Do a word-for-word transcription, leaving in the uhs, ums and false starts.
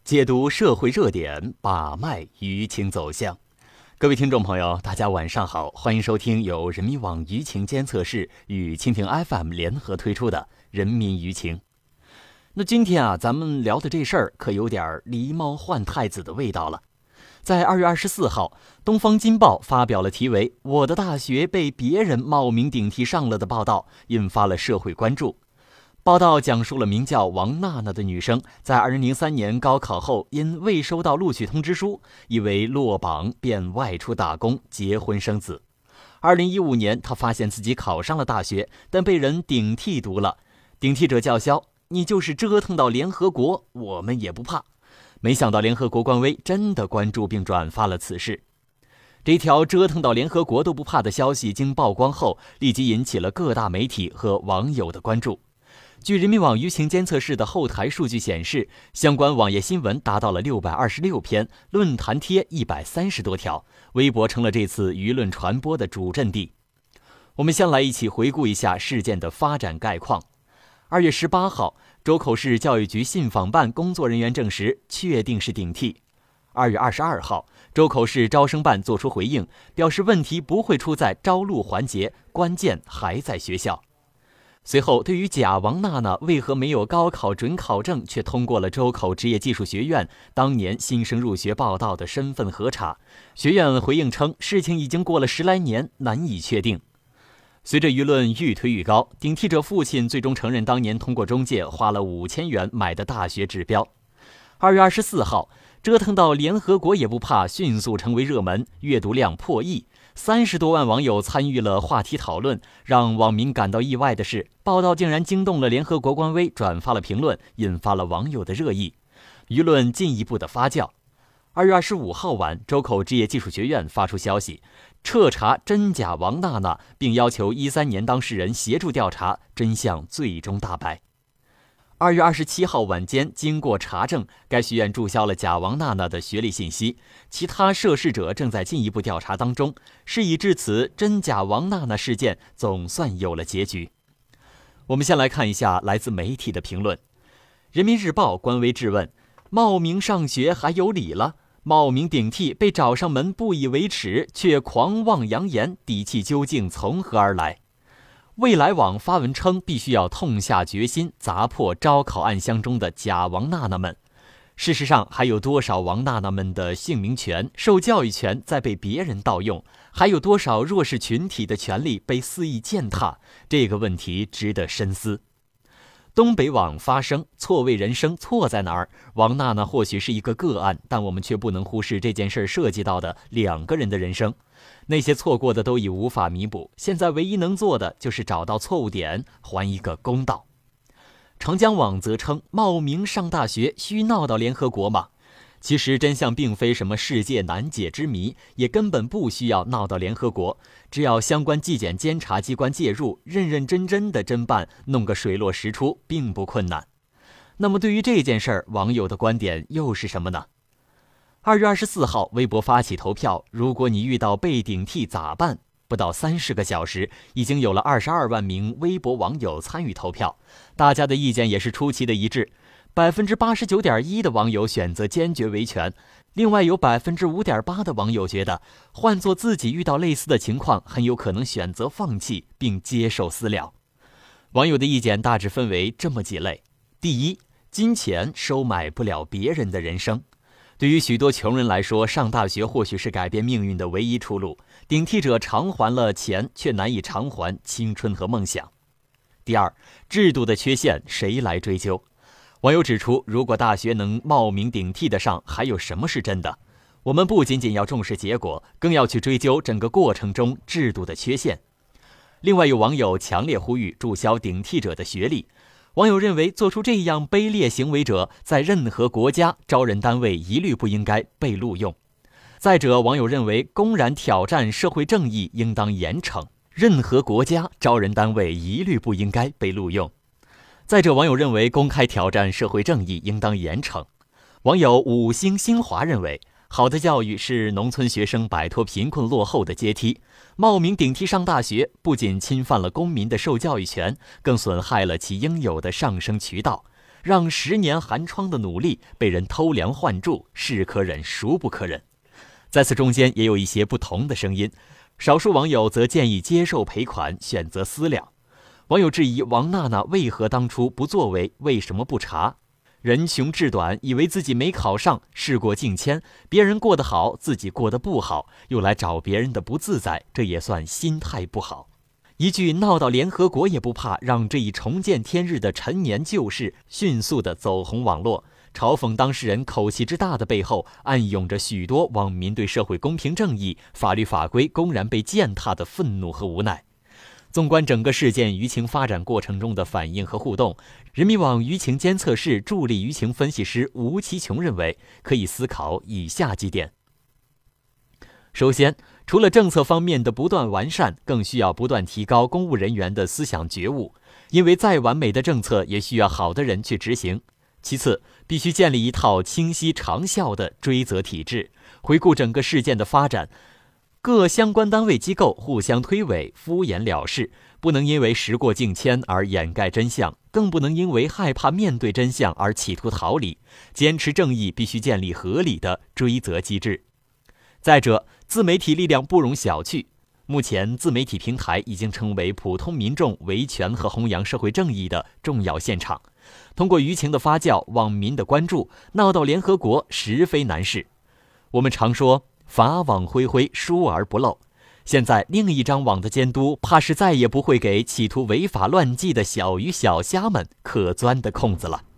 解读社会热点，把脉舆情走向。各位听众朋友，大家晚上好，欢迎收听由人民网舆情监测室与蜻蜓 F M 联合推出的《人民舆情》。那今天啊，咱们聊的这事儿可有点狸猫换太子的味道了。在二月二十四号，东方金报发表了题为《我的大学被别人冒名顶替上了》的报道，引发了社会关注。报道讲述了名叫王娜娜的女生在二零零三年高考后，因未收到录取通知书，以为落榜，便外出打工、结婚生子。二零一五年，她发现自己考上了大学，但被人顶替读了。顶替者叫嚣：“你就是折腾到联合国，我们也不怕。”没想到联合国官微真的关注并转发了此事。这条折腾到联合国都不怕的消息经曝光后，立即引起了各大媒体和网友的关注。据人民网舆情监测室的后台数据显示，相关网页新闻达到了六百二十六篇，论坛贴一百三十多条，微博成了这次舆论传播的主阵地。我们先来一起回顾一下事件的发展概况。二月十八号，周口市教育局信访办工作人员证实，确定是顶替。二月二十二号，周口市招生办作出回应，表示问题不会出在招录环节，关键还在学校。随后，对于假王娜娜为何没有高考准考证却通过了周口职业技术学院当年新生入学报到的身份核查，学院回应称事情已经过了十来年，难以确定。随着舆论愈推愈高，顶替者父亲最终承认当年通过中介花了五千元买的大学指标。二月二十四号，折腾到联合国也不怕迅速成为热门，阅读量破亿。三十多万网友参与了话题讨论，让网民感到意外的是，报道竟然惊动了联合国官微，转发了评论，引发了网友的热议，舆论进一步的发酵。二月二十五号晚，周口职业技术学院发出消息，彻查真假王娜娜，并要求一三年当事人协助调查，真相最终大白。二月二十七号晚间，经过查证，该学院注销了假王娜娜的学历信息，其他涉事者正在进一步调查当中。事已至此，真假王娜娜事件总算有了结局。我们先来看一下来自媒体的评论。人民日报官微质问：冒名上学还有理了？冒名顶替被找上门不以为耻，却狂妄扬言，底气究竟从何而来？未来网发文称，必须要痛下决心，砸破招考暗箱中的假王娜娜们。事实上，还有多少王娜娜们的姓名权、受教育权在被别人盗用？还有多少弱势群体的权利被肆意践踏？这个问题值得深思。东北网发声：错位人生错在哪儿？王娜娜或许是一个个案，但我们却不能忽视这件事涉及到的两个人的人生。那些错过的都已无法弥补，现在唯一能做的就是找到错误点，还一个公道。长江网则称，冒名上大学需闹到联合国吗？其实真相并非什么世界难解之谜，也根本不需要闹到联合国，只要相关纪检监察机关介入，认认真真的侦办，弄个水落石出，并不困难。那么对于这件事儿，网友的观点又是什么呢？二月二十四号，微博发起投票，如果你遇到被顶替咋办？不到三十个小时，已经有了二十二万名微博网友参与投票，大家的意见也是出奇的一致。百分之八十九点一的网友选择坚决维权，另外有百分之五点八的网友觉得，换做自己遇到类似的情况，很有可能选择放弃并接受私了。网友的意见大致分为这么几类：第一，金钱收买不了别人的人生。对于许多穷人来说，上大学或许是改变命运的唯一出路，顶替者偿还了钱，却难以偿还青春和梦想。第二，制度的缺陷谁来追究？网友指出，如果大学能冒名顶替得上，还有什么是真的？我们不仅仅要重视结果，更要去追究整个过程中制度的缺陷。另外，有网友强烈呼吁注销顶替者的学历。网友认为，做出这样卑劣行为者，在任何国家招人单位一律不应该被录用。再者，网友认为，公然挑战社会正义应当严惩，任何国家招人单位一律不应该被录用。再者，网友认为，公开挑战社会正义应当严惩。网友五星新华认为，好的教育是农村学生摆脱贫困落后的阶梯。冒名顶替上大学，不仅侵犯了公民的受教育权，更损害了其应有的上升渠道。 让十年寒窗的努力被人偷梁换柱，是可忍孰不可忍。在此中间也有一些不同的声音，少数网友则建议接受赔款，选择思量。网友质疑王娜娜为何当初不作为，为什么不查？人穷志短，以为自己没考上，事过境迁，别人过得好，自己过得不好，又来找别人的不自在，这也算心态不好。一句闹到联合国也不怕，让这一重见天日的陈年旧事迅速地走红网络。嘲讽当事人口气之大的背后，暗涌着许多网民对社会公平正义、法律法规公然被践踏的愤怒和无奈。纵观整个事件舆情发展过程中的反应和互动，人民网舆情监测室助理舆情分析师吴其琼认为，可以思考以下几点。首先，除了政策方面的不断完善，更需要不断提高公务人员的思想觉悟，因为再完美的政策也需要好的人去执行。其次，必须建立一套清晰长效的追责体制，回顾整个事件的发展，各相关单位机构互相推诿、敷衍了事，不能因为时过境迁而掩盖真相，更不能因为害怕面对真相而企图逃离。坚持正义，必须建立合理的追责机制。再者，自媒体力量不容小觑。目前，自媒体平台已经成为普通民众维权和弘扬社会正义的重要现场。通过舆情的发酵、网民的关注，闹到联合国实非难事。我们常说法网恢恢，疏而不漏。现在另一张网的监督，怕是再也不会给企图违法乱纪的小鱼小虾们可钻的空子了。